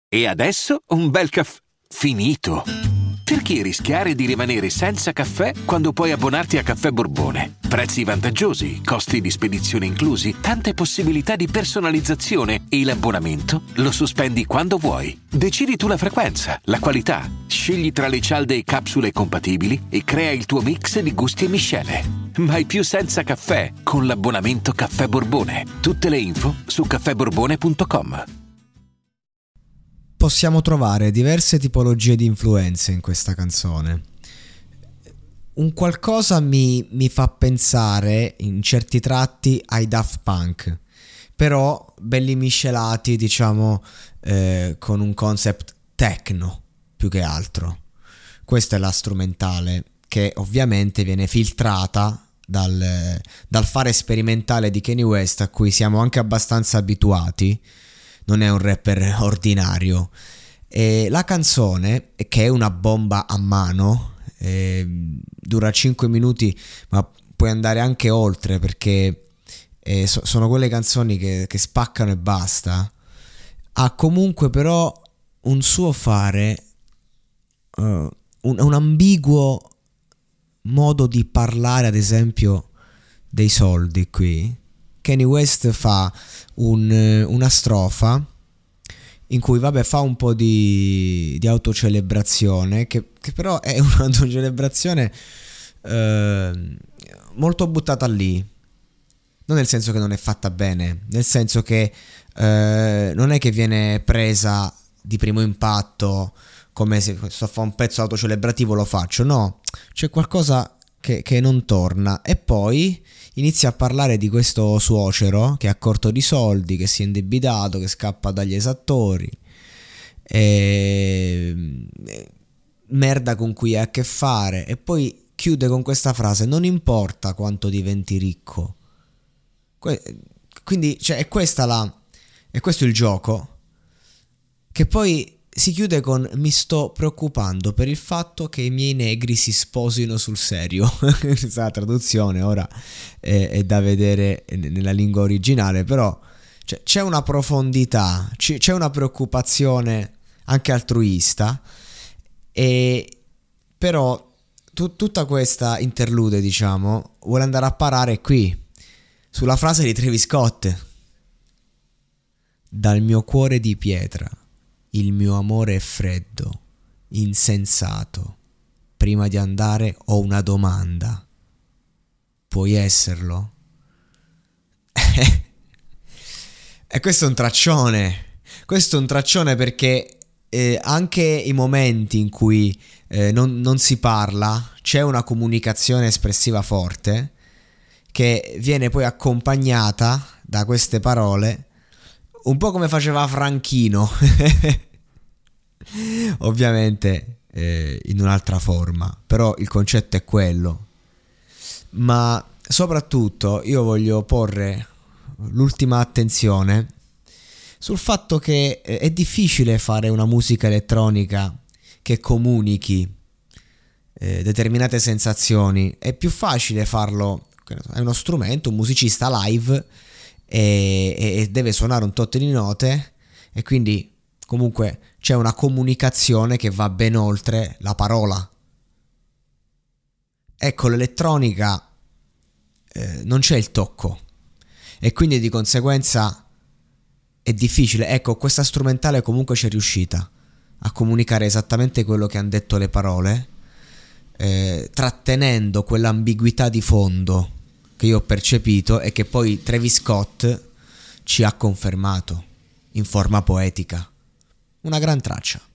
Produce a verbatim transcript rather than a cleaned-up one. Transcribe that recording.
E adesso un bel caffè finito. Perché rischiare di rimanere senza caffè quando puoi abbonarti a Caffè Borbone? Prezzi vantaggiosi, costi di spedizione inclusi, tante possibilità di personalizzazione e l'abbonamento lo sospendi quando vuoi. Decidi tu la frequenza, la qualità, scegli tra le cialde e capsule compatibili e crea il tuo mix di gusti e miscele. Mai più senza caffè con l'abbonamento Caffè Borbone. Tutte le info su caffè borbone punto com. Possiamo trovare diverse tipologie di influenze in questa canzone. Un qualcosa mi, mi fa pensare in certi tratti ai Daft Punk, però belli miscelati, diciamo, eh, con un concept techno più che altro. Questa è la strumentale, che ovviamente viene filtrata dal, dal fare sperimentale di Kanye West, a cui siamo anche abbastanza abituati. Non è un rapper ordinario. E la canzone, che è una bomba a mano, eh, dura cinque minuti, ma puoi andare anche oltre, perché eh, so, sono quelle canzoni che, che spaccano e basta. Ha comunque però un suo fare, uh, un, un ambiguo modo di parlare, ad esempio, dei soldi qui. Kanye West fa un, una strofa in cui vabbè fa un po' di, di autocelebrazione, che, che però è un'autocelebrazione eh, molto buttata lì, non nel senso che non è fatta bene, nel senso che eh, non è che viene presa di primo impatto come se sto a fare un pezzo autocelebrativo lo faccio, no, c'è qualcosa che, che non torna. E poi inizia a parlare di questo suocero che è a corto di soldi, che si è indebitato, che scappa dagli esattori, e... merda con cui ha a che fare, e poi chiude con questa frase: non importa quanto diventi ricco. Que- quindi cioè, è questa la è questo il gioco, che poi si chiude con: mi sto preoccupando per il fatto che i miei negri si sposino sul serio. Questa traduzione ora è, è da vedere nella lingua originale, però cioè, c'è una profondità, c- c'è una preoccupazione anche altruista, e però tu- tutta questa interlude, diciamo, vuole andare a parare qui sulla frase di Travis Scott: dal mio cuore di pietra il mio amore è freddo, insensato. Prima di andare ho una domanda. Puoi esserlo? E questo è un traccione. Questo è un traccione perché eh, anche i momenti in cui eh, non, non si parla, c'è una comunicazione espressiva forte che viene poi accompagnata da queste parole, un po' come faceva Franchino. Ovviamente eh, in un'altra forma, però il concetto è quello. Ma soprattutto io voglio porre l'ultima attenzione sul fatto che è difficile fare una musica elettronica che comunichi eh, determinate sensazioni. È più facile farlo, è uno strumento, un musicista live, e, e deve suonare un tot di note, e quindi comunque c'è una comunicazione che va ben oltre la parola. Ecco, l'elettronica eh, non c'è il tocco, e quindi di conseguenza è difficile. Ecco, questa strumentale comunque c'è riuscita a comunicare esattamente quello che hanno detto le parole, eh, trattenendo quell'ambiguità di fondo che io ho percepito e che poi Travis Scott ci ha confermato in forma poetica. Una gran traccia.